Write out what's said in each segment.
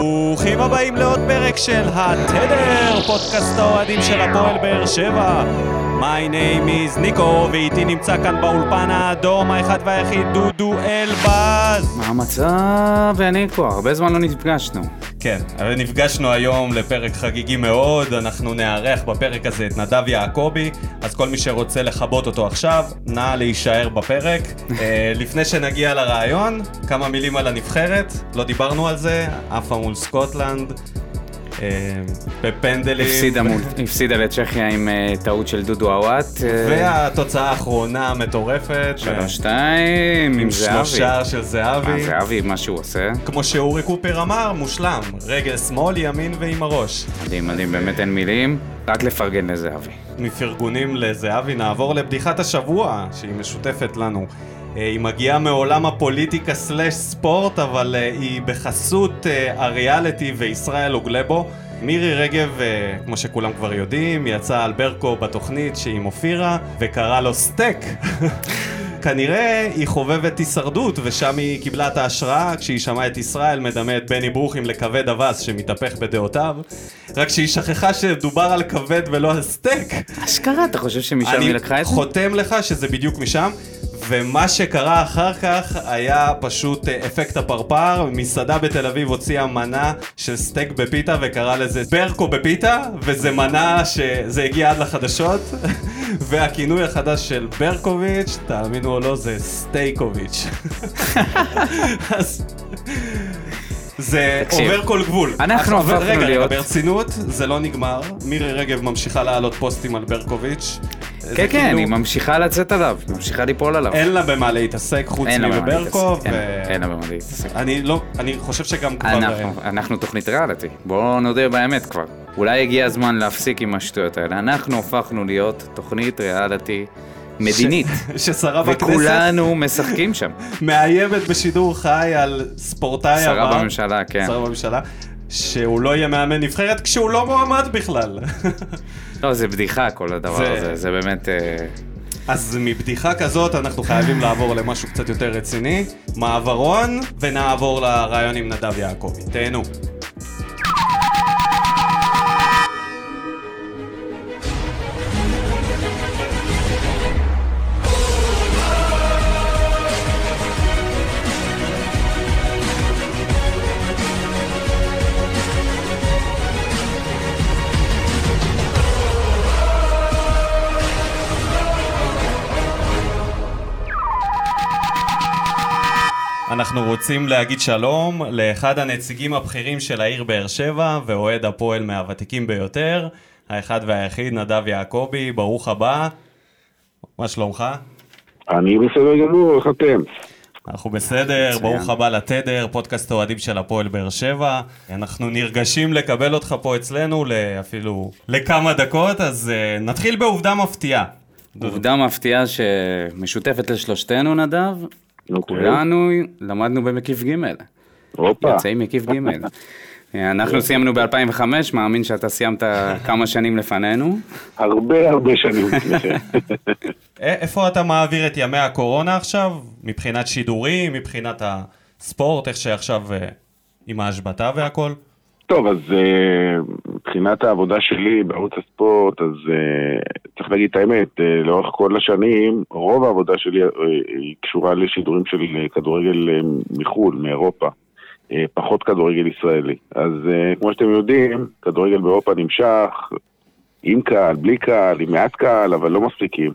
ברוכים הבאים לעוד פרק של התדר, פודקאסט האוהדים של הפועל באר שבע. My name is ניקו, ואיתי נמצא כאן באולפן האדום האחד והיחיד דודו אלבז. מה המצב? וניקו, הרבה זמן לא נפגשנו. כן, אבל נפגשנו היום לפרק חגיגי מאוד. אנחנו נארח בפרק הזה את נדב יעקבי, אז כל מי שרוצה לחבות אותו עכשיו, נא להישאר בפרק. לפני שנגיע לרעיון, כמה מילים על הנבחרת, לא דיברנו על זה, עפה מול סקוטלנד, בפנדלים. הפסידה לצ'כיה עם טעות של דודו אוואט. והתוצאה האחרונה מטורפת. 3-2 עם זהבי. שער של זהבי. זהבי, מה שהוא עושה. כמו שאורי קופר אמר, מושלם. רגל שמאל, ימין ועם הראש. מדהים, מדהים, באמת אין מילים. רק לפרגן לזהבי. מפרגונים לזהבי נעבור לבדיחת השבוע, שהיא משותפת לנו. היא מגיעה מעולם הפוליטיקה סלש ספורט, אבל היא בחסות הריאליטי וישראל אוגלבו. מירי רגב, כמו שכולם כבר יודעים, יצאה על ברקו בתוכנית שהיא מופירה, וקרא לו סטייק. כנראה היא חובבת הישרדות, ושם היא קיבלה את ההשראה כשהיא שמעה את ישראל מדמה את בני ברוכים לכבד אבס שמתהפך בדעותיו. רק שהיא שכחה שדובר על כבד ולא על סטייק. אשכרה, אתה חושב שמשם היא לקחה את זה? אני חותם לך שזה בדיוק משם. ומה שקרה אחר כך היה פשוט אפקט הפרפר. מסעדה בתל אביב הוציאה מנה של סטייק בפיתה וקרא לזה ברקו בפיתה, וזה מנה שזה הגיע עד לחדשות. והכינוי החדש של ברקוביץ', תאמינו או לא, זה סטייקוביץ'. אז זה עובר כל גבול. אנחנו הפכנו להיות... רגע, ברצינות, זה לא נגמר. מירי רגב ממשיכה לעלות פוסטים על ברקוביץ'. כן, כן, היא ממשיכה לצאת עליו, ממשיכה ליפול עליו. אין לה במה להתעסק חוץ מברקו. אין לה במה להתעסק. אני חושב שגם כבר... אנחנו תוכנית ריאליטי, בואו נודה באמת כבר. אולי הגיע הזמן להפסיק עם השטויות האלה. אנחנו הפכנו להיות תוכנית ריאליטי מדינית. ששרה בכנסת. וכולנו משחקים שם. מאיימת בשידור חי על ספורטאי הבא. שרה בממשלה, כן. שרה בממשלה. שהוא לא יהיה מאמן נבחרת כשהוא לא מועמד בכלל. לא, זה בדיחה כל הדבר הזה, זה באמת... אז מבדיחה כזאת אנחנו חייבים לעבור למשהו קצת יותר רציני, מעברון, ונעבור לרעיון עם נדב יעקבי. תהנו. אנחנו רוצים להגיד שלום לאחד הנציגים הבכירים של העיר באר שבע ואוהד הפועל מהוותיקים ביותר, האחד והיחיד נדב יעקבי. ברוך הבא. מה שלומך? אני בסדר גמור, איך אתם? אנחנו בסדר, ברוך הבא לתדר, פודקאסט האוהדים של הפועל באר שבע. אנחנו נרגשים לקבל אותך פה אצלנו אפילו לכמה דקות, אז נתחיל בעובדה מפתיעה. עובדה מפתיעה שמשותפת לשלושתנו, נדב. כולנו למדנו במקיף ג'. יוצאים מקיף ג'. אנחנו סיימנו ב-2005, מאמין שאתה סיימת כמה שנים לפנינו. הרבה שנים. איפה אתה מעביר את ימי הקורונה עכשיו? מבחינת שידורים, מבחינת הספורט, איך שעכשיו עם ההשבטה והכל? טוב, אז מבחינת העבודה שלי בערוץ הספורט, אז צריך להגיד את האמת, לאורך כל השנים, רוב העבודה שלי היא קשורה לשידורים של כדורגל מחול, מאירופה, פחות כדורגל ישראלי. אז כמו שאתם יודעים, כדורגל באירופה נמשך, עם קהל, בלי קהל, עם מעט קהל, אבל לא מספיקים.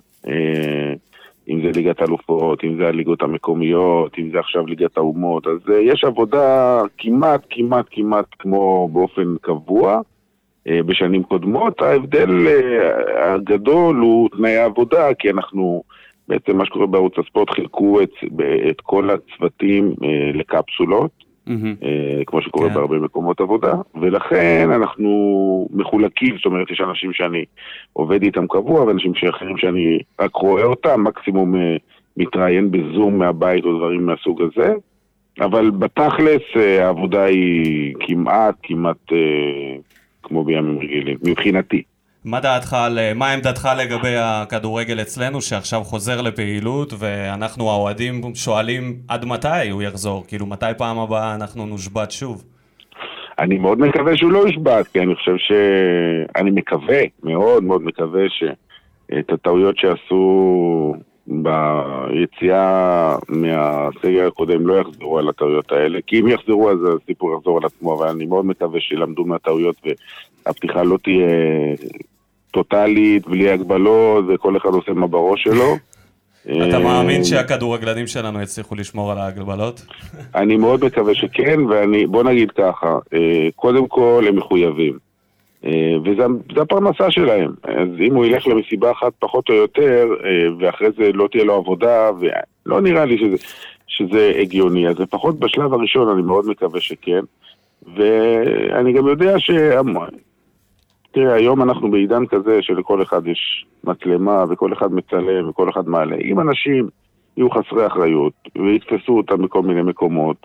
אם זה ליגת אלופות, אם זה הליגות המקומיות, אם זה עכשיו ליגת האומות, אז יש עבודה כמעט כמו באופן קבוע בשנים קודמות. ההבדל הגדול הוא תנאי העבודה, כי אנחנו, בעצם מה שקורה בערוץ הספורט, חילקו את כל הצוותים לקפסולות, כמו שקורה בהרבה מקומות עבודה, ולכן אנחנו מחולקים, זאת אומרת, יש אנשים שאני עובד איתם קבוע, ואנשים אחרים שאני רק רואה אותם, מקסימום מתראיין בזום מהבית או דברים מהסוג הזה, אבל בתכלס העבודה היא כמעט כמו בימים רגילים, מבחינתי. מה עמדתך לגבי הכדורגל אצלנו שעכשיו חוזר לפעילות, ואנחנו האוהדים שואלים עד מתי הוא יחזור? כאילו מתי פעם הבאה אנחנו נושבת שוב? אני מאוד מקווה שהוא לא ישבט, כי אני חושב אני מקווה, מאוד מאוד מקווה שאת הטעויות שעשו ביציאה מהסגל הקודם לא יחזרו על הטעויות האלה, כי אם יחזרו אז הסיפור יחזור על עצמו, אבל אני מאוד מקווה שילמדו מהטעויות והפתיחה לא תהיה טוטלית, בלי הגבלות, וכל אחד עושה מה בראש שלו. אתה מאמין שהכדורגלנים שלנו יצליחו לשמור על ההגבלות? אני מאוד מקווה שכן, בוא נגיד ככה, קודם כל הם מחויבים, וזה הפרנסה שלהם. אז אם הוא ילך למסיבה אחת פחות או יותר, ואחרי זה לא תהיה לו עבודה, ולא נראה לי שזה הגיוני, אז לפחות בשלב הראשון אני מאוד מקווה שכן, ואני גם יודע תראה, היום אנחנו בעידן כזה שלכל אחד יש מצלמה וכל אחד מצלם וכל אחד מעלה. אם אנשים יהיו חסרי אחריות ויתפסו אותם בכל מיני מקומות,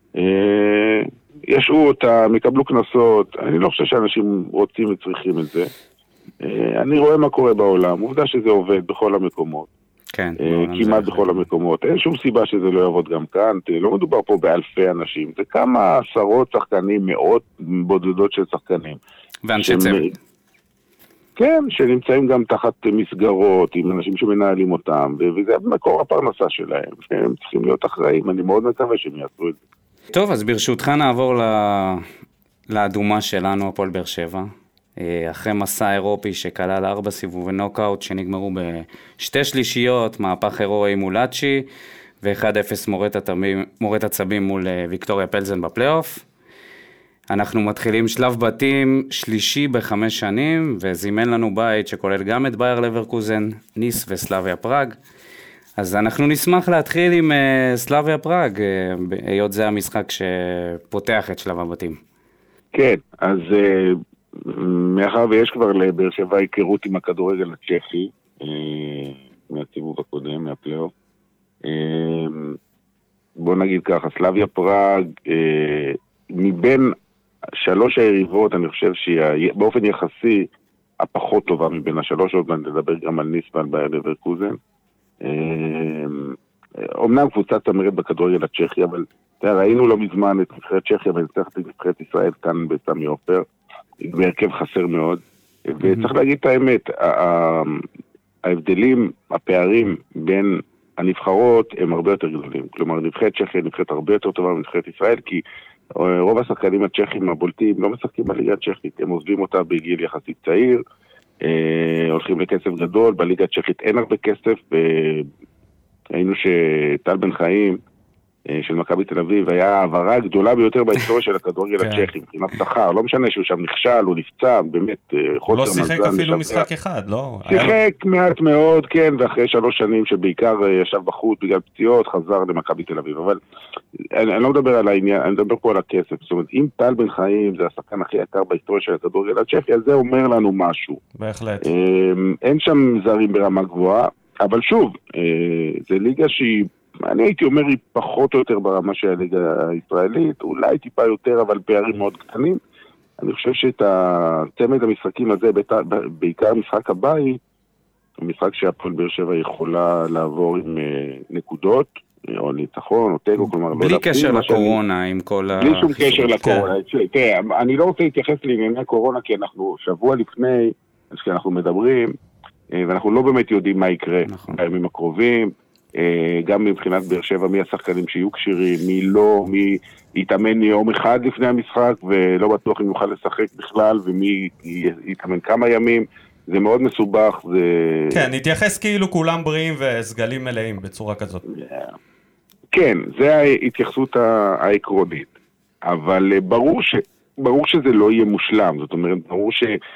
ישעו אותם, יקבלו כנסות, אני לא חושב שאנשים רוצים וצריכים את זה. אני רואה מה קורה בעולם, עובדה שזה עובד בכל המקומות. כן. כמעט בכל המקומות. אין שום סיבה שזה לא יעבוד גם כאן. לא מדובר פה באלפי אנשים, זה כמה עשרות שחקנים, מאות בודדות של שחקנים. ואנשי צוות. כן, שנמצאים גם תחת מסגרות, עם אנשים שמנהלים אותם, וזה מקור הפרנסה שלהם, והם צריכים להיות אחראים, אני מאוד מקווה שהם יעשו את זה. טוב, אז ברשותך נעבור לאדומה שלנו, הפועל באר שבע. אחרי מסע אירופי שכלל 4 סיבובי נוקאוט שנגמרו בשתי שלישיות, מהפך הירואי מול לאצ'י, ו1-0 מורת עצבים מול ויקטוריה פלזן בפלייאוף. אנחנו מתחילים שלב בתים שלישי ב5 שנים, וזימן לנו בית שכולל גם את בייר לברקוזן, ניס וסלאביה פראג. אז אנחנו נשמח להתחיל עם סלאביה פראג, היות זה המשחק שפותח את שלב הבתים. כן, אז מאחר ויש כבר לבאר שבע היכרות עם הכדורגל הצ'כי, מהסיבוב הקודם, מהפלייאוף, בוא נגיד ככה, סלאביה פראג, מבין 3 היריבות, אני חושב שהיא באופן יחסי הפחות טובה מבין 3, עוד נדבר גם על ניס ועל בייר לברקוזן. אומנם קבוצה צמרת בכדורגל הצ'כי, אבל ראינו לא מזמן את נבחרת צ'כיה ונצטרכת את נבחרת ישראל כאן בסמי עופר, בהרכב חסר מאוד, וצריך להגיד את האמת, ההבדלים, הפערים בין הנבחרות הם הרבה יותר גדולים. כלומר, נבחרת צ'כיה נבחרת הרבה יותר טובה מנבחרת ישראל, כי רוב השחקנים הצ'כים הבולטים לא משחקים בליגה הצ'כית, הם עוזבים אותה בגיל יחסית צעיר, הולכים לכסף גדול, בליגה הצ'כית אין הרבה כסף, ראינו שטל בן חיים של מכבי תל אביב היה העברה גדולה ביותר בהיסטוריה של הכדורגל הצ'כי, מבחינת שכר, לא משנה שהוא שם נכשל, הוא נפצע, באמת חוסר מזל. לא שיחק אפילו משחק אחד, לא? שיחק מעט מאוד, כן, ואחרי 3 שנים שבעיקר ישב בחוץ בגלל פציעות, חזר למכבי תל אביב, אבל אני לא מדבר על העניין, אני מדבר פה על הכסף, זאת אומרת, אם טל בן חיים זה השחקן הכי יקר בהיסטוריה של הכדורגל הצ'כי, אז זה אומר לנו משהו. בהחלט. אין שם זרים ברמה גבוהה, אבל שוב, זה ליגה שהיא, אני הייתי אומר, היא פחות או יותר ברמה של הליגה הישראלית, אולי טיפה יותר, אבל פערים מאוד קטנים. אני חושב שאת הצמד המשחקים הזה, בעיקר משחק הבית, המשחק שהפועל באר שבע יכולה לעבור עם נקודות, או ניצחון, או תיקו, כלומר... בלי קשר לקורונה, עם כל ה... בלי שום קשר לקורונה. תראה, אני לא רוצה להתייחס לענייני הקורונה, כי אנחנו שבוע לפני, כשאנחנו מדברים, ואנחנו לא באמת יודעים מה יקרה בימים הקרובים, גם מבחינת באר שבע, מי השחקנים שיהיו קשירים, מי לא, מי יתאמן יום אחד לפני המשחק, ולא בטוח אם יוכל לשחק בכלל, ומי יתאמן כמה ימים, זה מאוד מסובך. כן, נתייחס כאילו כולם בריאים וסגלים מלאים בצורה כזאת. כן, זה ההתייחסות העקרונית, אבל ברור שזה לא יהיה מושלם, זאת אומרת, ברור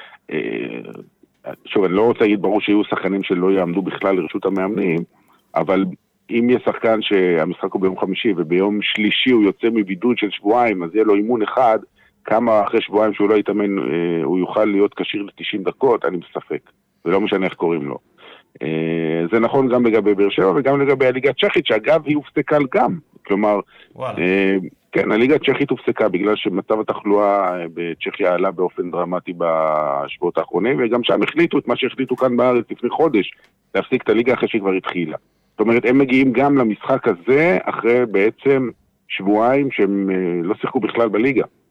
שוב, אני לא רוצה להגיד ברור שיהיו שחקנים שלא יעמדו בכלל לרשות המאמנים, אבל אם יהיה שחקן שהמשחק הוא ביום חמישי וביום שלישי הוא יוצא מבידוד של שבועיים, אז יהיה לו אימון אחד, כמה אחרי שבועיים שהוא לא יתאמן הוא יוכל להיות קשיר ל-90 דקות, אני מספק, ולא משנה איך קוראים לו. זה נכון גם לגבי באר שבע וגם לגבי הליגה הצ'כית, שאגב היא הופסקה גם, כלומר, כן, הליגה הצ'כית הופסקה בגלל שמצב התחלואה בצ'כיה עלה באופן דרמטי בשבועות האחרונים, וגם שם החליטו את מה שהחליטו כאן בארץ לפני חודש, להפסיק את הליגה אחרי שהיא כבר התחילה. זאת אומרת, הם מגיעים גם למשחק הזה אחרי בעצם שבועיים שהם לא שיחקו בכלל בליגה.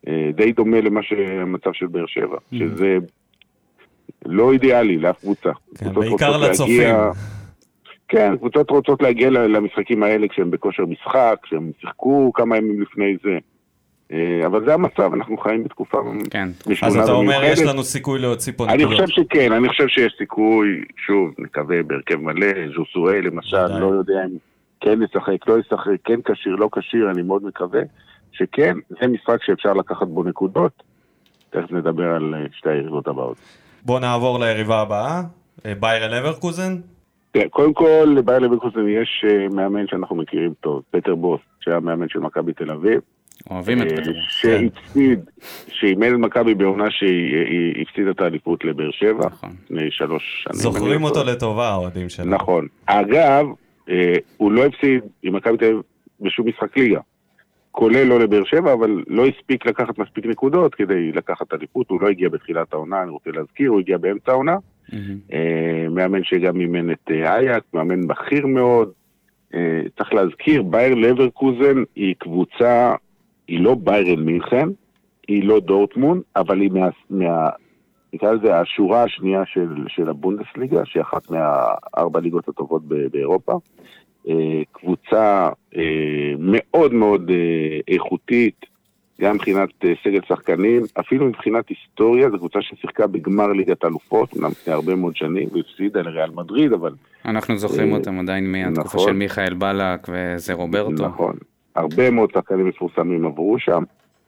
די דומה למה שהמצב של באר שבע, שזה לא אידיאלי לאף קבוצה. כן, בעיקר לצופים. כן, קבוצות רוצות להגיע למשחקים האלה כשהם בכושר משחק, כשהם שיחקו כמה ימים לפני זה. אבל זה המצב, אנחנו חיים בתקופה כן. אז אתה אומר, יש לנו סיכוי להוציא פה נקודות. אני חושב שכן, אני חושב שיש סיכוי, שוב, נקווה בהרכב מלא, ז'וסואל למשל, לא יודע אם כן ישחק, לא ישחק, כן קשיר, לא קשיר, אני מאוד מקווה שכן, זה משחק שאפשר לקחת בו נקודות. תכף נדבר על שתי היריבות הבאות. בוא נעבור ליריבה הבאה, בייר לברקוזן. קודם כל, לבייר לברקוזן יש מאמן שאנחנו מכירים טוב, פטר בוס, שהיה מאמן של מכבי תל אביב. אוהבים את פטר בוס. שאימן את מכבי בעונה שהיא הפסידה את האליפות לבאר שבע, לפני 3 שנים. זוכרים אותו לטובה, האוהדים שלנו. נכון. אגב, הוא לא הפסיד עם מכבי תל אביב בשום משחק ליגה. כולל לא לבאר שבע, אבל לא הספיק לקחת מספיק נקודות כדי לקחת אליפות, הוא לא הגיע בתחילת העונה, אני רוצה להזכיר, הוא הגיע באמצע העונה, מאמן שגם אימן את אייקס, מאמן בכיר מאוד, צריך להזכיר, בייר לברקוזן היא קבוצה, היא לא ביירן מינכן, היא לא דורטמונד, אבל היא נקרא לזה השורה השנייה של הבונדסליגה, שהיא אחת 4 ליגות הטובות באירופה, קבוצה מאוד מאוד איכותית, גם מבחינת סגל שחקנים, אפילו מבחינת היסטוריה, זו קבוצה ששיחקה בגמר ליגת אלופות, אמנם לפני הרבה מאוד שנים, והפסידה לריאל מדריד, אבל... אנחנו זוכרים אותם עדיין מהתקופה של מיכאל בלק וזה רוברטו. נכון, הרבה מאוד שחקנים מפורסמים עברו שם,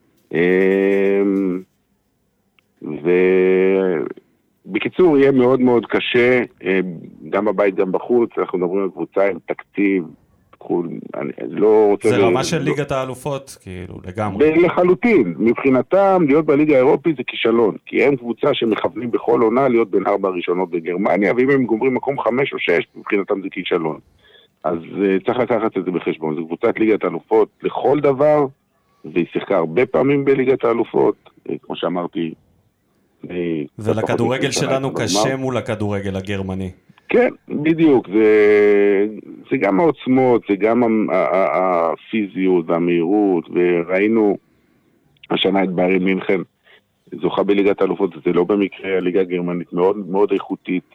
בקיצור, יהיה מאוד מאוד קשה, גם בבית, גם בחוץ, אנחנו מדברים על קבוצה עם תקציב, לא רוצה... זה רמה של ליגת האלופות, כאילו, לגמרי. לחלוטין, מבחינתם, להיות בליגה האירופית זה כישלון, כי הם קבוצה שמכוונים בכל עונה להיות בין 4 הראשונות בגרמניה, ואם הם גומרים מקום 5 או 6, מבחינתם זה כישלון. אז צריך לקחת את זה בחשבון, זו קבוצת ליגת האלופות לכל דבר, והיא שיחקה הרבה פעמים בליגת האלופות, כמו שאמרתי, ולכדורגל שלנו קשה מול הכדורגל הגרמני. כן, בדיוק, זה גם העוצמות, זה גם הפיזיות והמהירות, וראינו השנה את ביירן מינכן, זוכה בליגת האלופות, זה לא במקרה, הליגה הגרמנית מאוד מאוד איכותית.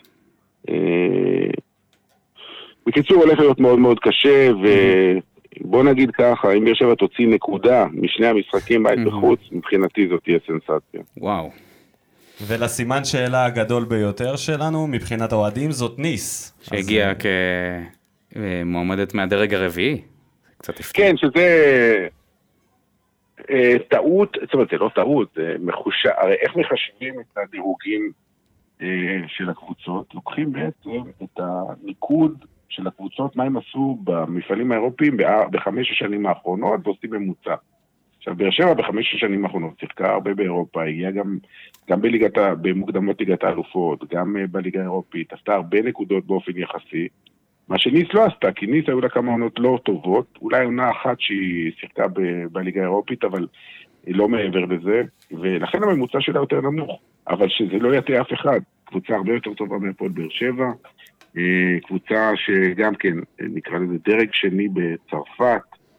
בקיצור, הולך להיות מאוד מאוד קשה, ובוא נגיד ככה, אם באר שבע תוציא נקודה משני המשחקים בית בחוץ, מבחינתי זאת תהיה סנסציה. וואו. ולסימן שאלה הגדול ביותר שלנו, מבחינת האוהדים, זאת ניס. שהגיעה כמועמדת מהדרג הרביעי. קצת הפתיע. כן, שזה טעות, זאת אומרת, זה לא טעות, זה מחושב, הרי איך מחשבים את הדירוגים של הקבוצות? לוקחים בעצם את הניקוד של הקבוצות, מה הם עשו במפעלים האירופיים ב5 השנים האחרונות, ועושים ממוצע. עכשיו, באר שבע ב5 השנים האחרונות שיחקה הרבה באירופה, הגיעה גם במוקדמות ליגת האלופות, גם בליגה האירופית, עשתה הרבה נקודות באופן יחסי, מה שניס לא עשתה, כי ניס היו לה כמה עונות לא טובות, אולי עונה אחת שהיא שיחקה בליגה האירופית, אבל היא לא מעבר לזה, ולכן הממוצע שלה יותר נמוך, אבל שזה לא יטעה אף אחד, קבוצה הרבה יותר טובה מהפועל באר שבע, קבוצה שגם כן, נקרא לזה דרג שני בצרפת,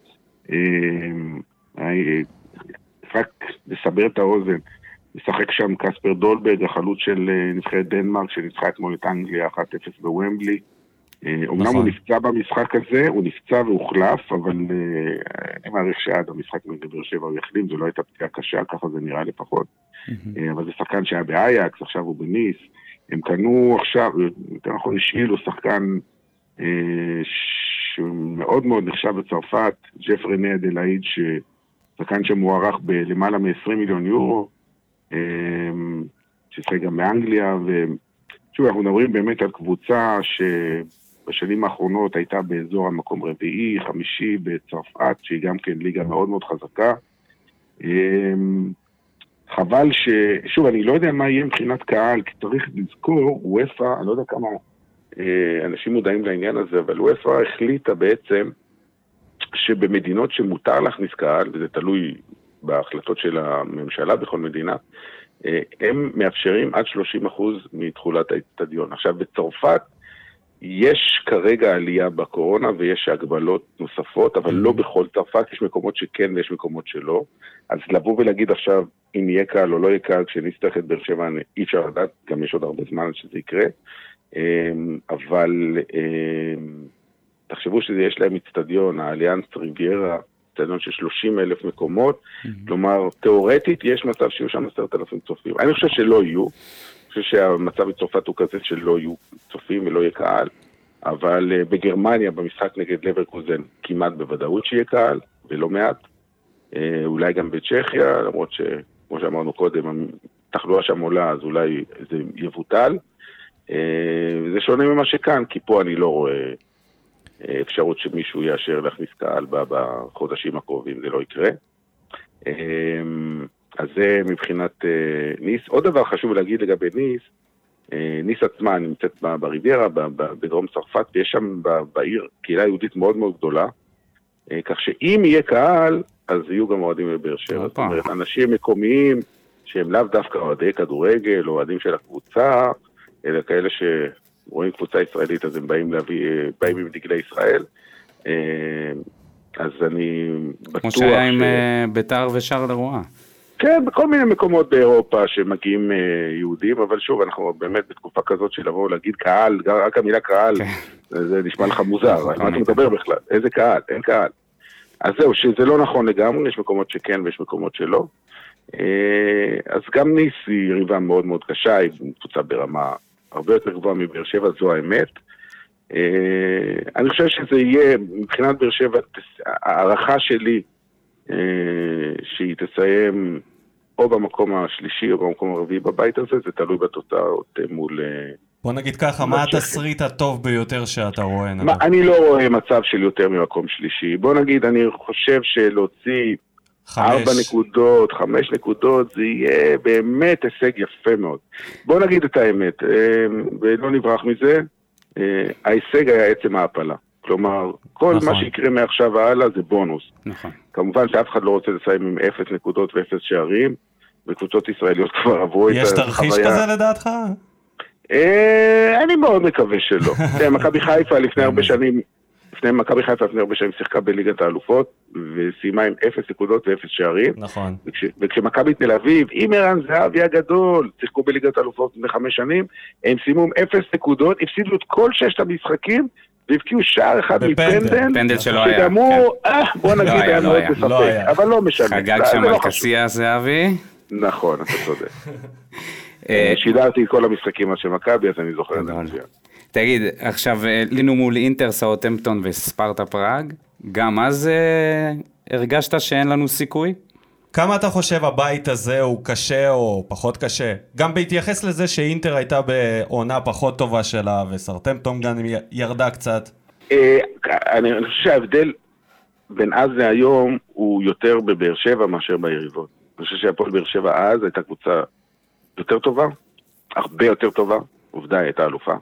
רק לסבר את האוזן, משחק שם קספר דולברג, החלוץ של נבחרת דנמרק, שניצחה אתמול את אנגליה 1-0 בוומבלי. אומנם הוא נפצע במשחק הזה, הוא נפצע והוחלף, אבל אני מעריך שעד המשחק נגד באר שבע הוא יחלים, זו לא הייתה פציעה קשה, ככה זה נראה לפחות. אבל זה שחקן שהיה באייקס, עכשיו הוא בניס. הם קנו עכשיו, יותר נכון השאילו שחקן שמאוד מאוד נחשב בצרפת, ג'ף רנה אדלאיד, שחקן שמוערך בלמעלה מ-20 מיליון יורו, ששחק גם באנגליה, ושוב, אנחנו מדברים באמת על קבוצה שבשנים האחרונות הייתה באזור המקום רביעי, 5 בצרפת, שהיא גם כן ליגה מאוד מאוד חזקה. חבל שוב, אני לא יודע מה יהיה מבחינת קהל, כי צריך לזכור, וופא, אני לא יודע כמה אנשים מודעים לעניין הזה, אבל וופא החליטה בעצם שבמדינות שמותר להכניס קהל, וזה תלוי בהחלטות של הממשלה בכל מדינה, הם מאפשרים עד 30% מתחולת האצטדיון. עכשיו, בצרפת יש כרגע עלייה בקורונה ויש הגבלות נוספות, אבל לא בכל צרפת, יש מקומות שכן ויש מקומות שלא. אז לבוא ולהגיד עכשיו אם יהיה קהל או לא יהיה קהל, כשנצטרך את באר שבע אי אפשר לדעת, גם יש עוד הרבה זמן שזה יקרה. אבל תחשבו שיש להם אצטדיון, האליאנס ריביירה, אצטדיון של 30,000 מקומות, כלומר תיאורטית יש מצב שיהיו שם 10,000 צופים. אני חושב שלא יהיו, אני חושב שהמצב בצרפת הוא כזה שלא יהיו צופים ולא יהיה קהל, אבל בגרמניה במשחק נגד לברקוזן כמעט בוודאות שיהיה קהל, ולא מעט, אולי גם בצ'כיה, למרות שכמו שאמרנו קודם, התחלואה שם עולה, אז אולי זה יבוטל. זה שונה ממה שכאן, כי פה אני לא רואה אפשרות שמישהו יאשר להכניס קהל בחודשים הקרובים, זה לא יקרה. אז זה מבחינת ניס. עוד דבר חשוב להגיד לגבי ניס, ניס עצמה נמצאת בריביירה, בדרום צרפת, ויש שם בעיר קהילה יהודית מאוד מאוד גדולה, כך שאם יהיה קהל, אז יהיו גם אוהדים בבאר שבע. זאת אומרת, אנשים מקומיים שהם לאו דווקא אוהדי כדורגל, או אוהדים של הקבוצה, אלא כאלה שרואים קבוצה ישראלית, אז הם באים עם דגלי ישראל. אז אני בטוח כמו שהיה עם בית"ר ושאר לרואה. כן, בכל מיני מקומות באירופה שמגיעים יהודים, אבל שוב, אנחנו באמת בתקופה כזאת של לבוא להגיד קהל, רק המילה קהל, זה נשמע לך מוזר, מה אתה מדבר בכלל? איזה קהל? אין קהל. אז זהו, שזה לא נכון לגמרי, יש מקומות שכן ויש מקומות שלא. אז גם ניס היא יריבה מאוד מאוד קשה, היא קבוצה ברמה הרבה יותר גבוהה מבאר שבע, זו האמת. אני חושב שזה יהיה, מבחינת באר שבע, הערכה שלי, שהיא תסיים או במקום השלישי או במקום הרביעי בבית הזה, זה תלוי בתוצאות מול... בוא נגיד ככה, מה התסריט הטוב ביותר שאתה רואה? אני לא רואה מצב של יותר ממקום שלישי. בוא נגיד, אני חושב שלהוציא 4 נקודות, 5 נקודות, זה יהיה באמת הישג יפה מאוד. בוא נגיד את האמת, ולא נברח מזה, ההישג היה עצם ההפלה. כלומר, כל מה שיקרה מעכשיו והלאה זה בונוס. כמובן שאף אחד לא רוצה לסיים עם 0 נקודות ו0 שערים, וקבוצות ישראליות כבר עברו את החוויה. יש תרחיש כזה לדעתך? אני מאוד מקווה שלא. מכבי חיפה לפני הרבה שנים שיחקה בליגת האלופות, וסיימה עם 0 נקודות ו0 שערים. נכון. וכשמכבי תל אביב, עם ערן זהבי הגדול, שיחקו בליגת האלופות לפני 5 שנים, הם סיימו עם 0 נקודות, הפסידו את כל 6 המשחקים, והבקיעו שער אחד מפנדל. פנדל שלא היה. שגמרו, בוא נגיד, היה מאוד בספק. אבל לא משנה. חגג שם על קסיה זהבי. נכון, אתה צודק. שידרתי את כל המשחקים של מכבי, אז אני זוכר את זה מצוין. תגיד, עכשיו לינו מול אינטר, סאות'המפטון וספרטה פראג, גם אז הרגשת שאין לנו סיכוי? כמה אתה חושב הבית הזה הוא קשה או פחות קשה? גם בהתייחס לזה שאינטר הייתה בעונה פחות טובה שלה, וסאות'המפטון גם ירדה קצת. אני חושב שההבדל בין אז להיום הוא יותר בבאר שבע מאשר ביריבות. אני חושב שהפועל באר שבע אז הייתה קבוצה יותר טובה, הרבה יותר טובה, עובדה הייתה אלופה.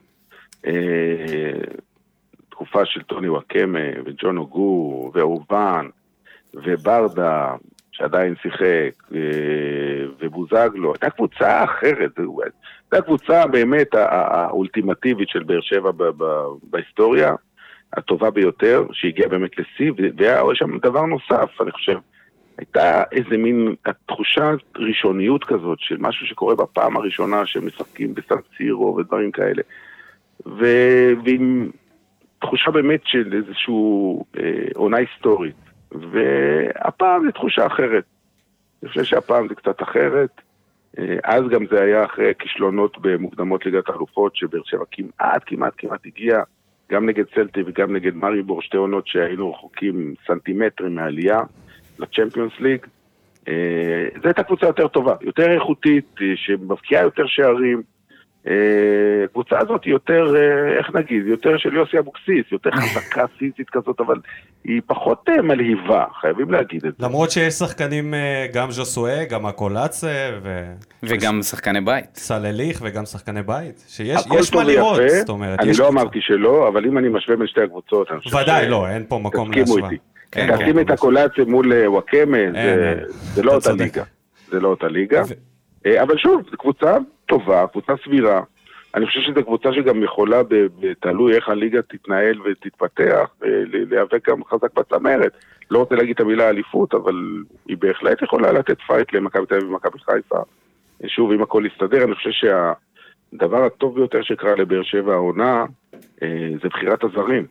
תקופה של טוני וואקמה וג'ון אוגו ואובן וברדה שעדיין שיחק ובוזגלו, הייתה קבוצה אחרת, הייתה קבוצה באמת האולטימטיבית של באר שבע בהיסטוריה, הטובה ביותר, שהגיעה באמת לשיא, והיה שם דבר נוסף, אני חושב, הייתה איזה מין תחושה ראשוניות כזאת של משהו שקורה בפעם הראשונה שמשחקים בסן סירו ודברים כאלה. ועם תחושה באמת של איזשהו עונה היסטורית. והפעם זה תחושה אחרת. אני חושב שהפעם זה קצת אחרת. אז גם זה היה אחרי כישלונות במוקדמות ליגת האלופות, שבאר שבע כמעט הגיע, גם נגד צלטי וגם נגד מריבור, 2 עונות שהיינו רחוקים סנטימטרים מעלייה לצ'מפיונס ליג. זו הייתה קבוצה יותר טובה, יותר איכותית, שמבקיעה יותר שערים. קבוצה הזאת היא יותר, איך נגיד, יותר של יוסי אבוקסיס, יותר חזקה פיזית כזאת, אבל היא פחות מלהיבה, חייבים להגיד את זה. למרות שיש שחקנים, גם ז'וסואה, גם הקולאצה, וגם שחקני בית. סלליך וגם שחקני בית, שיש מה לראות, זאת אומרת. אני לא אמרתי שלא, אבל אם אני משווה בין שתי הקבוצות, ודאי לא, אין פה מקום להשוואה. תשים את הקולאצה מול וואקמה, זה לא אותה ליגה. זה לא אותה ליגה. אבל שוב, זו קבוצה טובה, קבוצה סבירה, אני חושב שזו קבוצה שגם יכולה, תלוי איך הליגה תתנהל ותתפתח, להיאבק גם חזק בצמרת. לא רוצה להגיד את המילה אליפות, אבל היא בהחלט יכולה לתת פייט למכבי תל אביב ומכבי חיפה. שוב, אם הכל יסתדר, אני חושב שהדבר הטוב ביותר שקרה לבאר שבע העונה, זה בחירת הזרים.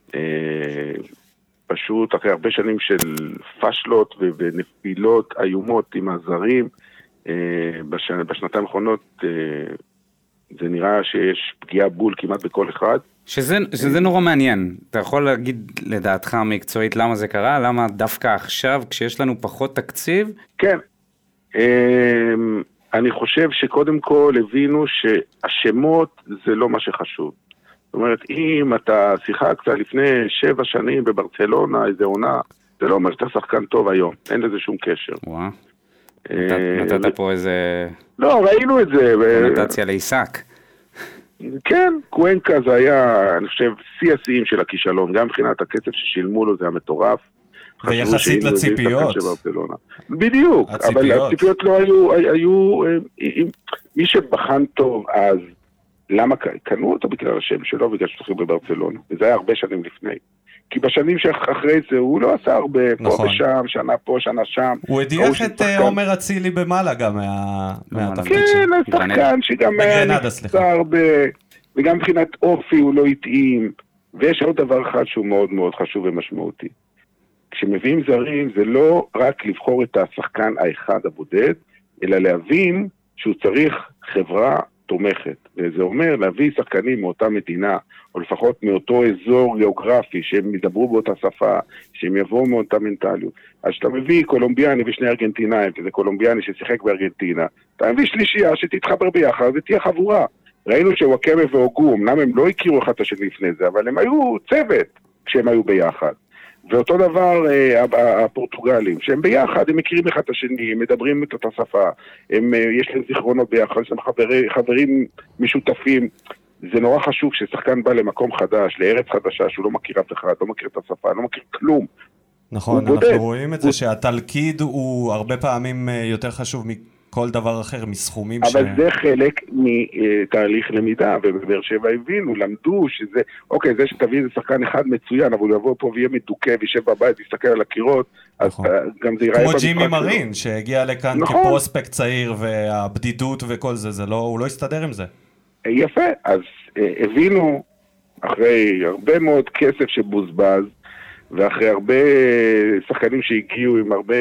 פשוט אחרי הרבה שנים של פשלות ונפילות איומות עם הזרים, בשנתיים האחרונות זה נראה שיש פגיעה בול כמעט בכל אחד. שזה נורא מעניין. אתה יכול להגיד לדעתך המקצועית למה זה קרה? למה דווקא עכשיו כשיש לנו פחות תקציב? כן. אני חושב שקודם כל הבינו שהשמות זה לא מה שחשוב. זאת אומרת, אם אתה שיחקת לפני 7 שנים בברצלונה, איזה עונה, זה לא אומר שאתה שחקן טוב היום. אין לזה שום קשר. וואו. נתת פה איזה... לא, ראינו את זה. נתציה לעיסק. כן, קוונקה זה היה, אני חושב, שיא השיאים של הכישלון. גם מבחינת הכסף ששילמו לו זה המטורף. ויחסית לציפיות. בדיוק, אבל הציפיות לא היו... מי שבחן טוב אז, למה קנו אותו בגלל השם שלו, בגלל שתחים בברצלונה. וזה היה הרבה שנים לפני. כי בשנים שאחרי זה הוא לא עשה הרבה פה ושם, שנה פה, שנה שם. הוא הדיח את עומר אצילי במעלה גם מהתפקיד שלו. כן, השחקן שגם היה נפצע הרבה, וגם מבחינת אופי הוא לא התאים. ויש עוד דבר אחד שהוא מאוד מאוד חשוב ומשמעותי. כשמביאים זרים זה לא רק לבחור את השחקן האחד הבודד, אלא להבין שהוא צריך חברה תומכת, וזה אומר להביא שחקנים מאותה מדינה, או לפחות מאותו אזור גיאוגרפי, שהם ידברו באותה שפה, שהם יבואו מאותה מנטליות. אז שאתה מביא קולומביאני ושני ארגנטינאים, כי זה קולומביאני ששיחק בארגנטינה, אתה מביא שלישייה שתתחבר ביחד ותהיה חבורה. ראינו שוואקמה ואוגו, אמנם הם לא הכירו אחד את השני לפני זה, אבל הם היו צוות כשהם היו ביחד. ואותו דבר הפורטוגלים, שהם ביחד, הם מכירים אחד את השני, הם מדברים את אותה שפה, יש להם זיכרונות ביחד, יש להם חברים משותפים. זה נורא חשוב ששחקן בא למקום חדש, לארץ חדשה, שהוא לא מכיר אף אחד, לא מכיר את השפה, לא מכיר כלום. נכון, אנחנו רואים את זה שהתלכיד הוא הרבה פעמים יותר חשוב כל דבר אחר, מסכומים אבל זה חלק מתהליך למידה, ובבאר שבע הבינו, למדו שזה, אוקיי, זה שתביא איזה שחקן אחד מצוין, אבל הוא יבוא פה ויהיה מדוכא, וישב בבית, יסתכל על הקירות, אז גם זה ייראה... כמו ג'ימי מרין, שהגיע לכאן כפרוספקט צעיר, והבדידות וכל זה, הוא לא יסתדר עם זה. יפה, אז הבינו, אחרי הרבה מאוד כסף שבוזבז, ואחרי הרבה שחקנים שהגיעו עם הרבה...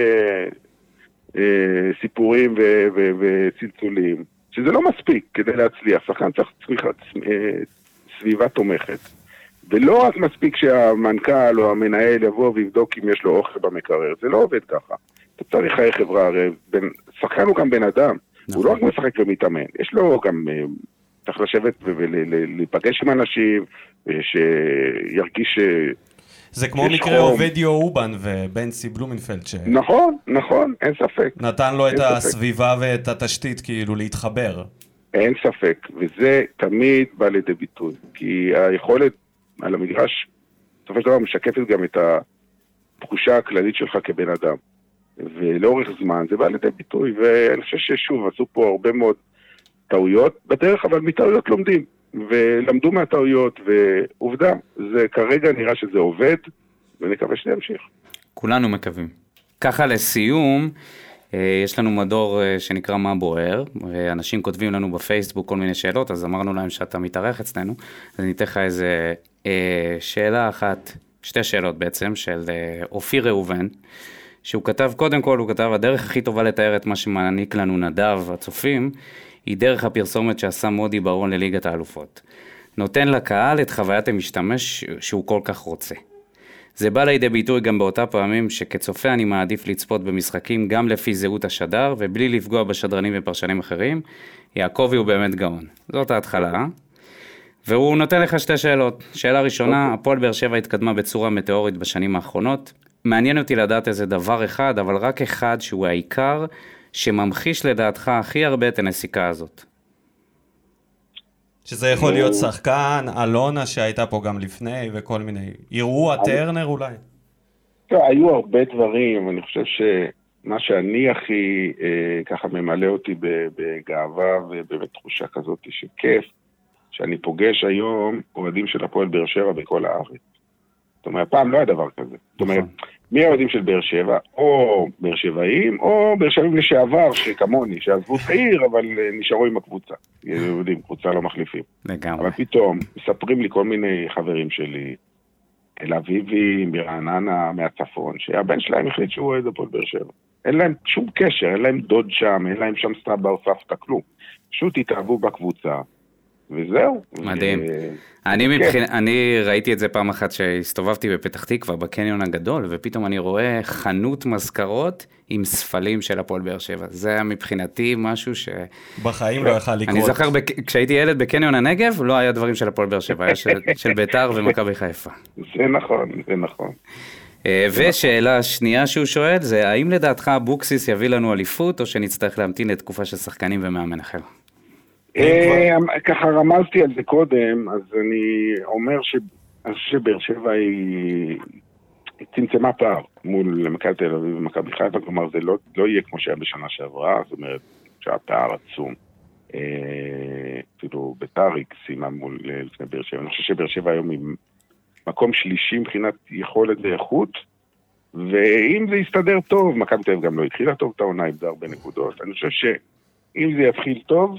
סיפורים וצלצולים, שזה לא מספיק כדי להצליח. שחקן צריך סביבה תומכת, ולא רק מספיק שהמנכ"ל או המנהל יבוא ויבדוק אם יש לו אוכל במקרר, זה לא עובד ככה. אתה צריך חיי חברה, הרי שחקן הוא גם בן אדם, הוא לא רק משחק ומתאמן, יש לו גם, צריך לשבת ולהיפגש עם אנשים, שירגיש זה כמו מקרה עובדיו אובן ובנסי בלומנפלד נכון, אין ספק. נתן לו את הסביבה ואת התשתית כאילו להתחבר. אין ספק, וזה תמיד בא לידי ביטוי, כי היכולת על המגרש, בסופו של דבר משקפת גם את התחושה הכללית שלך כבן אדם. ולאורך זמן זה בא לידי ביטוי, ואני חושב ששוב עשו פה הרבה מאוד טעויות בדרך, אבל מטעויות לומדים. ולמדו מהטעויות, ועובדה, זה כרגע נראה שזה עובד, ונקווה שזה ימשיך. כולנו מקווים. ככה לסיום, יש לנו מדור שנקרא מה בוער, ואנשים כותבים לנו בפייסבוק כל מיני שאלות, אז אמרנו להם שאתה מתארח אצלנו, אז אני אתן לך איזה שאלה אחת, 2 שאלות בעצם, של אופיר ראובן, שהוא כתב, קודם כל הוא כתב, הדרך הכי טובה לתאר את מה שמעניק לנו נדב הצופים, היא דרך הפרסומת שעשה מודי ברון לליגת האלופות. נותן לקהל את חוויית המשתמש שהוא כל כך רוצה. זה בא לידי ביטוי גם באותה פעמים שכצופה אני מעדיף לצפות במשחקים גם לפי זהות השדר ובלי לפגוע בשדרנים ופרשנים אחרים. יעקבי הוא באמת גאון. זאת ההתחלה. והוא נותן לך 2 שאלות. שאלה ראשונה, הפועל באר שבע התקדמה בצורה מטאורית בשנים האחרונות. מעניין אותי לדעת איזה דבר אחד, אבל רק אחד שהוא העיקר, שממחיש לדעתך הכי הרבה את הנסיקה הזאת. שזה יכול להיות שחקן, אלונה שהייתה פה גם לפני וכל מיני, אירוע טרנר אולי? היו הרבה דברים, אני חושב שמה שאני הכי ככה ממלא אותי בגאווה ובתחושה כזאת שכיף, שאני פוגש היום אוהדים של הפועל באר שבע בכל הארץ. זאת אומרת, פעם לא היה דבר כזה. זאת אומרת, מי האוהדים של באר שבע? או באר שבעים, או באר שבעים לשעבר, שכמוני, שעזבו את העיר, אבל נשארו עם הקבוצה. יודעים, קבוצה לא מחליפים. לגמרי. אבל פתאום, מספרים לי כל מיני חברים שלי, אל אביבי, מרעננה, מהצפון, שהבן שלהם החליט שהוא אוהד הפועל באר שבע. אין להם שום קשר, אין להם דוד שם, אין להם שם סבא או סבתא, כלום. פשוט התאהבו בקבוצה. וזהו. מדהים. אני ראיתי את זה פעם אחת שהסתובבתי בפתח תקווה, בקניון הגדול, ופתאום אני רואה חנות מזכרות עם ספלים של הפועל באר שבע. זה היה מבחינתי משהו בחיים לא יכל לקרות. אני זוכר, כשהייתי ילד בקניון הנגב, לא היה דברים של הפועל באר שבע, היה של ביתר ומכבי חיפה. זה נכון, זה נכון. ושאלה שנייה שהוא שואל, זה האם לדעתך אבוקסיס יביא לנו אליפות, או שנצטרך להמתין לתקופה של שחקנים ומאמן אחר? ככה רמזתי על זה קודם, אז אני אומר שבאר שבע היא צמצמה פער מול מכבי תל אביב ומכבי חיפה, כלומר זה לא יהיה כמו שהיה בשנה שעברה, זאת אומרת שהיה פער עצום. אפילו ביתר סיימה מול לפני באר שבע. אני חושב שבאר שבע היום היא מקום שלישי מבחינת יכולת ואיכות, ואם זה יסתדר טוב, מכבי תל אביב גם לא התחילה טוב את העונה, איבדה הרבה נקודות. אני חושב שאם זה יתחיל טוב,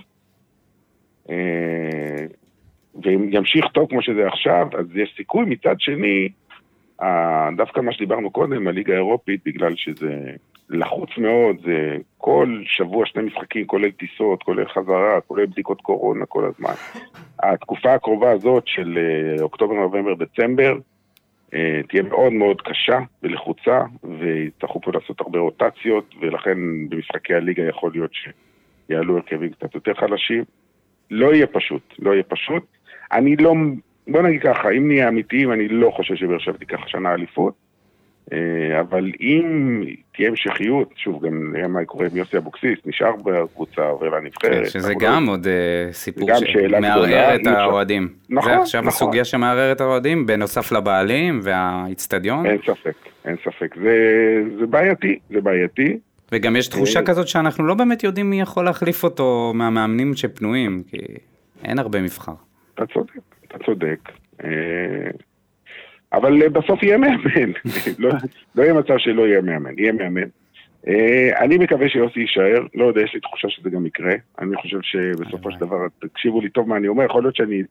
ואם ימשיך טוב כמו שזה עכשיו, אז יש סיכוי. מצד שני, דווקא מה שדיברנו קודם, הליגה האירופית, בגלל שזה לחוץ מאוד, זה כל שבוע 2 משחקים, כולל טיסות, כולל חזרה, כולל בדיקות קורונה כל הזמן. התקופה הקרובה הזאת של אוקטובר, נובמבר, דצמבר, תהיה מאוד מאוד קשה ולחוצה, ויצטרכו פה לעשות הרבה רוטציות, ולכן במשחקי הליגה יכול להיות שיעלו הרכבים קצת יותר חלשים. לא יהיה פשוט, לא יהיה פשוט. אני לא, בוא נגיד ככה, אם נהיה אמיתיים, אני לא חושב שבאר שבע תיקח שנה אליפות, אבל אם תהיה המשכיות, שוב, גם נראה מה קורה עם יוסי אבוקסיס, נשאר בקבוצה, עובר לנבחרת. שזה גם עוד סיפור שמערער את האוהדים. נכון. זה עכשיו הסוגיה שמערער את האוהדים, בנוסף לבעלים והאצטדיון. אין ספק, אין ספק. זה בעייתי, זה בעייתי. וגם יש תחושה כזאת שאנחנו לא באמת יודעים מי יכול להחליף אותו מהמאמנים שפנויים, כי אין הרבה מבחר. אתה צודק, אתה צודק. אבל בסוף יהיה מאמן. לא יהיה מצב שלא יהיה מאמן, יהיה מאמן. אני מקווה שיוסי יישאר, לא יודע, יש לי תחושה שזה גם יקרה. אני חושב שבסופו של דבר, תקשיבו לי טוב מה אני אומר, יכול להיות שאני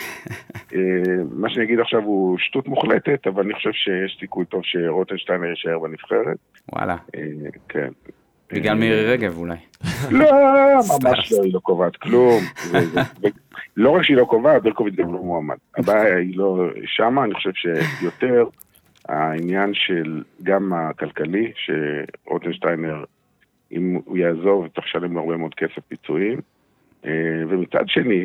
מה שאני אגיד עכשיו הוא שטות מוחלטת, אבל אני חושב שיש סיכוי טוב שרוטנשטיינר יישאר בנבחרת. וואלה. כן. בגלל מירי רגב אולי. לא, ממש לא, היא לא קובעת כלום. לא רק שהיא לא קובעת, ברקוביץ' גם לא מועמד. הבעיה היא לא שמה, אני חושב שיותר העניין של גם הכלכלי, שרוטנשטיינר, אם הוא יעזוב, צריך לשלם לו הרבה מאוד כסף פיצויים. ומצד שני,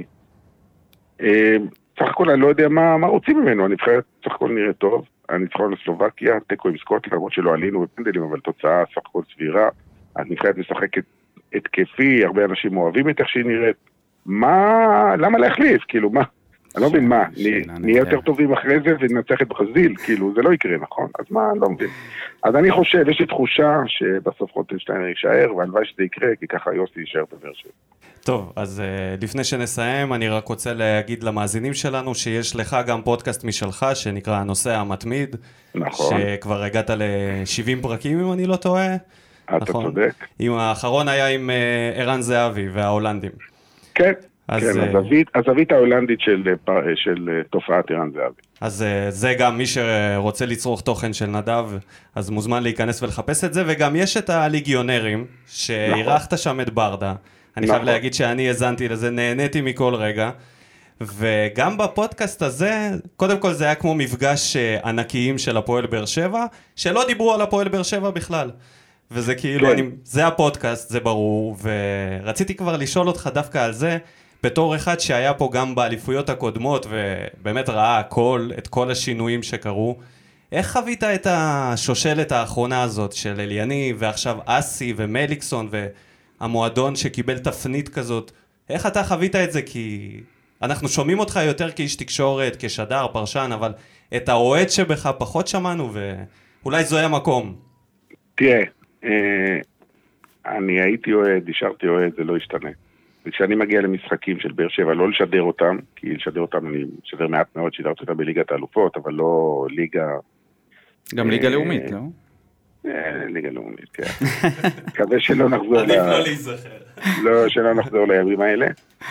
סך הכל אני לא יודע מה רוצים ממנו, הנבחרת סך הכל נראה טוב, הניצחון לסלובקיה, תיקו עם סקוטלנד, למרות שלא עלינו בפנדלים, אבל תוצאה סך הכל סבירה, הנבחרת משחקת התקפי, הרבה אנשים אוהבים את איך שהיא נראית, למה להחליף? כאילו, מה? אני לא מבין מה, נהיה יותר טובים אחרי זה וננצח את ברזיל, כאילו, זה לא יקרה, נכון? אז מה, אני לא מבין. אז אני חושב, יש לי תחושה שבסוף רוטנשטיינר יישאר, והלוואי שזה יקרה, כי ככה יוסי יישאר בבאר שבע. טוב, אז לפני שנסיים, אני רק רוצה להגיד למאזינים שלנו שיש לך גם פודקאסט משלך, שנקרא הנושא המתמיד. נכון. שכבר הגעת ל-70 פרקים, אם אני לא טועה. אתה צודק. האחרון היה עם ערן זהבי וההולנדים. כן, הזווית ההולנדית של תופעת ערן זהבי. אז זה גם מי שרוצה לצרוך תוכן של נדב, אז מוזמן להיכנס ולחפש את זה, וגם יש את הליגיונרים, שהירחת שם את ברדה. אני חייב להגיד שאני הזנתי לזה, נהניתי מכל רגע, וגם בפודקאסט הזה, קודם כל זה היה כמו מפגש ענקיים של הפועל באר שבע, שלא דיברו על הפועל באר שבע בכלל. וזה כאילו, זה הפודקאסט, זה ברור, ורציתי כבר לשאול אותך דווקא על זה, בתור אחד שהיה פה גם באליפויות הקודמות, ובאמת ראה את כל השינויים שקרו, איך חווית את השושלת האחרונה הזאת של אליאני, ועכשיו אסי ומליקסון, והמועדון שקיבל תפנית כזאת, איך אתה חווית את זה? כי אנחנו שומעים אותך יותר כאיש תקשורת, כשדר, פרשן, אבל את האוהד שבך פחות שמענו, ואולי זו היה מקום. תראה, אני הייתי אוהד, נשארתי אוהד, זה לא ישתנה. וכשאני מגיע למשחקים של באר שבע, לא לשדר אותם, כי לשדר אותם אני משדר מעט מאוד, שידרתי אותם בליגת האלופות, אבל לא ליגה... גם ליגה לאומית, לא? ליגה לאומית, כן. מקווה שלא נחזור עדיף לא להיזכר. לא, שלא נחזור לימים האלה.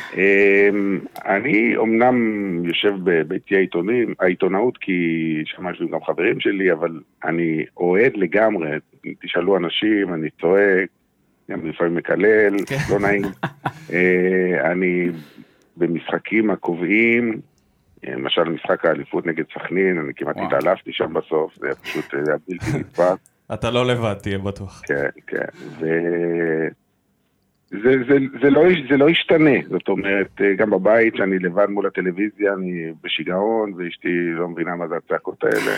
אני אומנם יושב בביתי העיתונאות, כי שם יש לי גם חברים שלי, אבל אני אוהד לגמרי, תשאלו אנשים, אני צועק, גם לפעמים מקלל, לא נעים. אני במשחקים הקובעים, למשל משחק האליפות נגד סכנין, אני כמעט התעלפתי שם בסוף, זה פשוט היה בלתי נתפס. אתה לא לבד, תהיה בטוח. כן, כן. זה לא ישתנה, זאת אומרת, גם בבית שאני לבד מול הטלוויזיה, אני בשיגעון, ואשתי לא מבינה מה זה הצעקות האלה.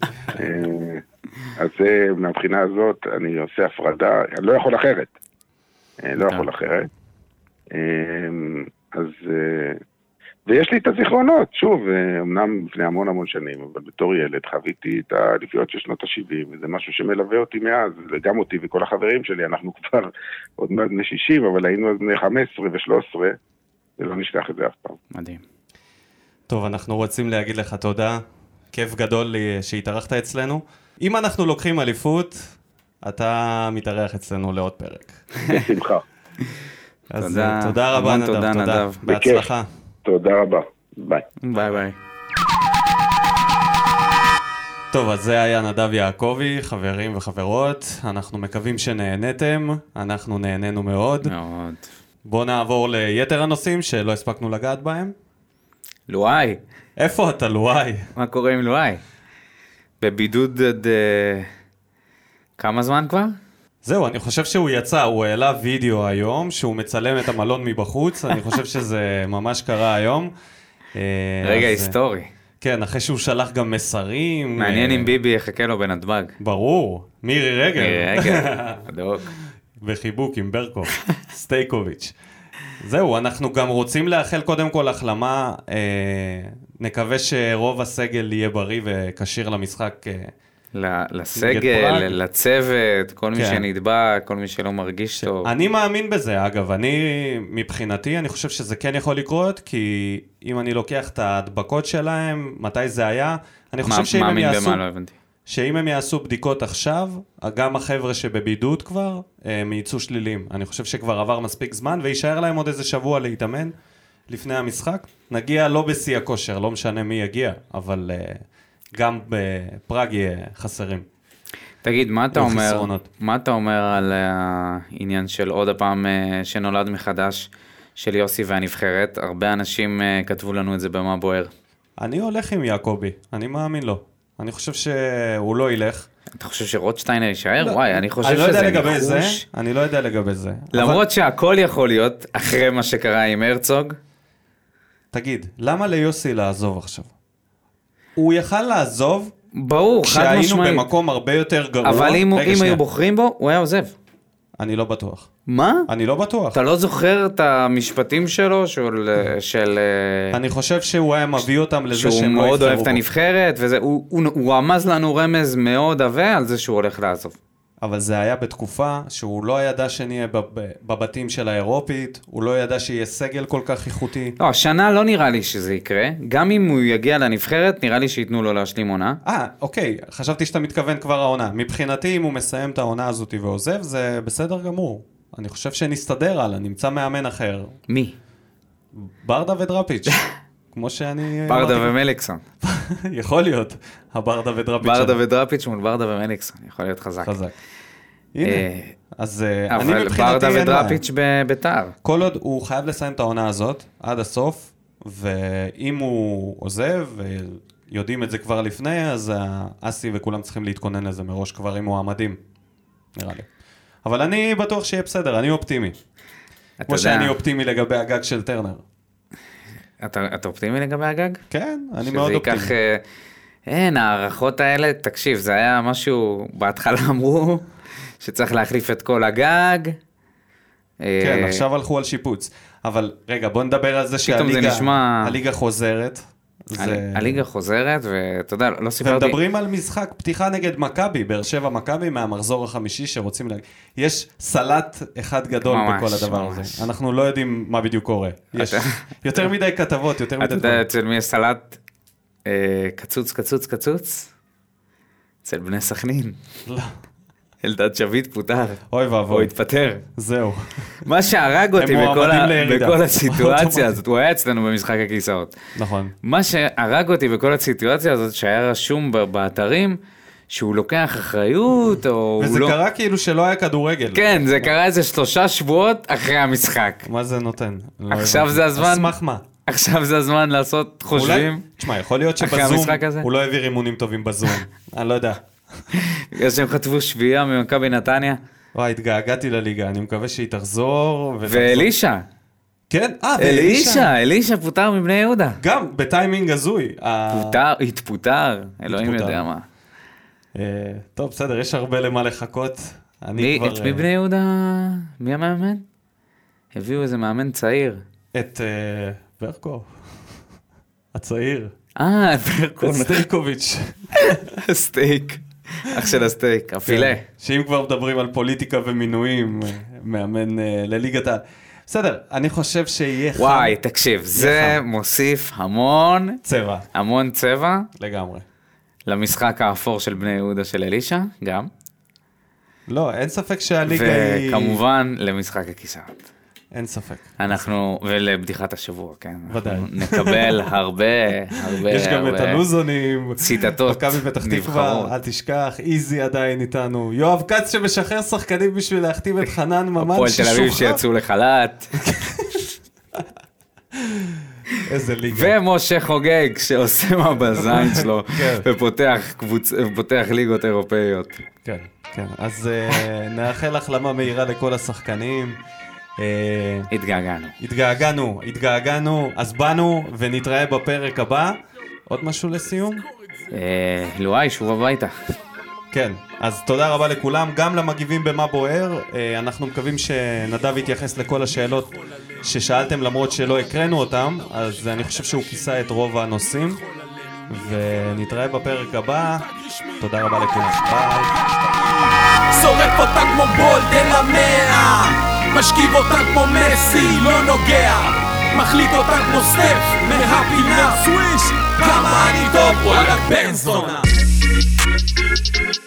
אז מהבחינה הזאת אני עושה הפרדה, אני לא יכול אחרת. לא יכול אחרת. אז... ויש לי את הזיכרונות, שוב, אמנם לפני המון שנים, אבל בתור ילד חוויתי את האליפויות של שנות ה-70, וזה משהו שמלווה אותי מאז, וגם אותי וכל החברים שלי, אנחנו כבר עוד מעט בני 60, אבל היינו אז בני 15 ו-13, ולא נשכח את זה אף פעם. מדהים. טוב, אנחנו רוצים להגיד לך תודה, כיף גדול לי שהתארחת אצלנו. אם אנחנו לוקחים אליפות, אתה מתארח אצלנו לעוד פרק. בשמחה. אז תודה רבה נדב, תודה. בהצלחה. תודה רבה, ביי. ביי ביי. טוב, אז זה היה נדב יעקבי, חברים וחברות, אנחנו מקווים שנהנתם, אנחנו נהנינו מאוד. מאוד. בואו נעבור ליתר הנושאים שלא הספקנו לגעת בהם. לואי. איפה אתה, לואי? מה קורה עם לואי? בבידוד עד... כמה זמן כבר? זהו, אני חושב שהוא יצא, הוא העלה וידאו היום, שהוא מצלם את המלון מבחוץ, אני חושב שזה ממש קרה היום. רגע היסטורי. כן, אחרי שהוא שלח גם מסרים. מעניין אם ביבי יחכה לו בנתב"ג. ברור, מירי רגב. מירי רגב, בדיוק. בחיבוק עם ברקו, סטייקוביץ'. זהו, אנחנו גם רוצים לאחל קודם כל החלמה, נקווה שרוב הסגל יהיה בריא וקשיר למשחק. לסגל, לצוות, כל מי שנדבק, כל מי שלא מרגיש טוב. אני מאמין בזה, אגב, מבחינתי, אני חושב שזה כן יכול לקרות, כי אם אני לוקח את ההדבקות שלהם, מתי זה היה, אני חושב שאם הם יעשו בדיקות עכשיו, גם החבר'ה שבבידוד כבר, הם ייצאו שלילים. אני חושב שכבר עבר מספיק זמן, וישאר להם עוד איזה שבוע להתאמן לפני המשחק. נגיע לא בשיא הכושר, לא משנה מי יגיע, אבל... גם בפראג יהיה חסרים. תגיד, מה אתה אומר על העניין של עוד הפעם שנולד מחדש של יוסי והנבחרת? הרבה אנשים כתבו לנו את זה במה בוער. אני הולך עם יעקובי, אני מאמין לו. אני חושב שהוא לא ילך. אתה חושב שרוטשטיינר יישאר? וואי, אני חושב שזה ניחוש. אני לא יודע לגבי זה. למרות שהכל יכול להיות אחרי מה שקרה עם הרצוג. תגיד, למה ליוסי לעזוב עכשיו? הוא יכל לעזוב, ברור, כשהיינו במקום הרבה יותר גרוע. אבל אם היו בוחרים בו, הוא היה עוזב. אני לא בטוח. מה? אני לא בטוח. אתה לא זוכר את המשפטים שלו, אני חושב שהוא היה מביא אותם לזה שהם לא יבחרו בו. שהוא מאוד אוהב את הנבחרת, הוא רמז לנו רמז מאוד עבה על זה שהוא הולך לעזוב. אבל זה היה בתקופה שהוא לא ידע שנהיה בבתים של האירופית, הוא לא ידע שיהיה סגל כל כך איכותי. לא, השנה לא נראה לי שזה יקרה, גם אם הוא יגיע לנבחרת, נראה לי שיתנו לו להשלים עונה. אוקיי, חשבתי שאתה מתכוון כבר העונה. מבחינתי, אם הוא מסיים את העונה הזאת ועוזב, זה בסדר גמור. אני חושב שנסתדר הלאה, נמצא מאמן אחר. מי? ברדה ודראפיץ'. כמו שאני... ברדה ומליקסון. יכול להיות, הברדה ודראפיץ'. ברדה ודראפיץ' מול ברדה ומליקסון, יכול להיות חזק. חזק. הנה, אז אני אבל ברדה ודראפיץ' בביתר. כל עוד הוא חייב לסיים את העונה הזאת, עד הסוף, ואם הוא עוזב, ויודעים את זה כבר לפני, אז אסי וכולם צריכים להתכונן לזה מראש כבר עם מועמדים, נראה לי. אבל אני בטוח שיהיה בסדר, אני אופטימי. כמו שאני אופטימי לגבי הגג של טרנר. אתה אופטימי לגבי הגג? כן, אני מאוד אופטימי. אין, הערכות האלה, תקשיב, זה היה משהו, בהתחלה אמרו שצריך להחליף את כל הגג. כן, עכשיו הלכו על שיפוץ. אבל רגע, בוא נדבר על זה שהליגה חוזרת, הליגה חוזרת, ואתה יודע, לא סיפרתי... ומדברים על משחק פתיחה נגד מכבי, באר שבע מכבי, מהמחזור החמישי שרוצים להגיד. יש סלט אחד גדול בכל הדבר הזה. אנחנו לא יודעים מה בדיוק קורה. יש יותר מדי כתבות, יותר מדי... אתה יודע, אצל מי יש סלט קצוץ, קצוץ, קצוץ? אצל בני סכנין. לא. אלדד שביט פוטר. אוי ואבוי. או התפטר. זהו. מה שהרג אותי בכל הסיטואציה הזאת, הוא היה אצלנו במשחק הכיסאות. נכון. מה שהרג אותי בכל הסיטואציה הזאת, שהיה רשום באתרים, שהוא לוקח אחריות, או... וזה קרה כאילו שלא היה כדורגל. כן, זה קרה איזה 3 שבועות אחרי המשחק. מה זה נותן? עכשיו זה הזמן... אשמח מה? עכשיו זה הזמן לעשות חושבים. תשמע, יכול להיות שבזום הוא לא העביר אימונים טובים בזום. אני לא יודע. בגלל שהם חטפו שביעה ממכבי נתניה. וואי, התגעגעתי לליגה, אני מקווה שהיא תחזור. ואלישה. כן? אלישה פוטר מבני יהודה. גם, בטיימינג הזוי. התפוטר, אלוהים יודע מה. טוב, בסדר, יש הרבה למה לחכות. את מי בני יהודה? מי המאמן? הביאו איזה מאמן צעיר. את ברקו. הצעיר. ברקו. את סטייקוביץ'. הסטייק. אח של הסטייק, הפילה. שאם כבר מדברים על פוליטיקה ומינויים, מאמן לליגת העל. בסדר, אני חושב שיהיה חם. וואי, תקשיב, זה מוסיף המון צבע. המון צבע. לגמרי. למשחק האפור של בני יהודה של אלישה, גם. לא, אין ספק שהליגה היא... וכמובן למשחק הכיסאות. אין ספק. אנחנו, ולבדיחת השבוע, כן. ודאי. נקבל הרבה יש גם את הלוזונים. ציטטות מכבי פתח תקווה, אל תשכח, איזי עדיין איתנו. יואב כץ שמשחרר שחקנים בשביל להחתים את חנן ממן הפועל תל אביב שיצאו לחל"ת. איזה ליגה. ומשה חוגג שעושה מה בזין שלו, ופותח ליגות אירופאיות. כן, כן. אז נאחל החלמה מהירה לכל השחקנים. התגעגענו, אז באנו ונתראה בפרק הבא. עוד משהו לסיום? לואי, שוב הביתה. כן, אז תודה רבה לכולם, גם למגיבים במה בוער. אנחנו מקווים שנדב יתייחס לכל השאלות ששאלתם למרות שלא הקראנו אותם, אז אני חושב שהוא כיסה את רוב הנושאים, ונתראה בפרק הבא. תודה רבה לכולם, ביי. שורף אותה כמו בולד אל המאה, משכיב אותה כמו מסי, לא נוגע, מחליט אותה כמו סטף מהפינה, סוויש, כמה אני טוב, וואלה בן זונה.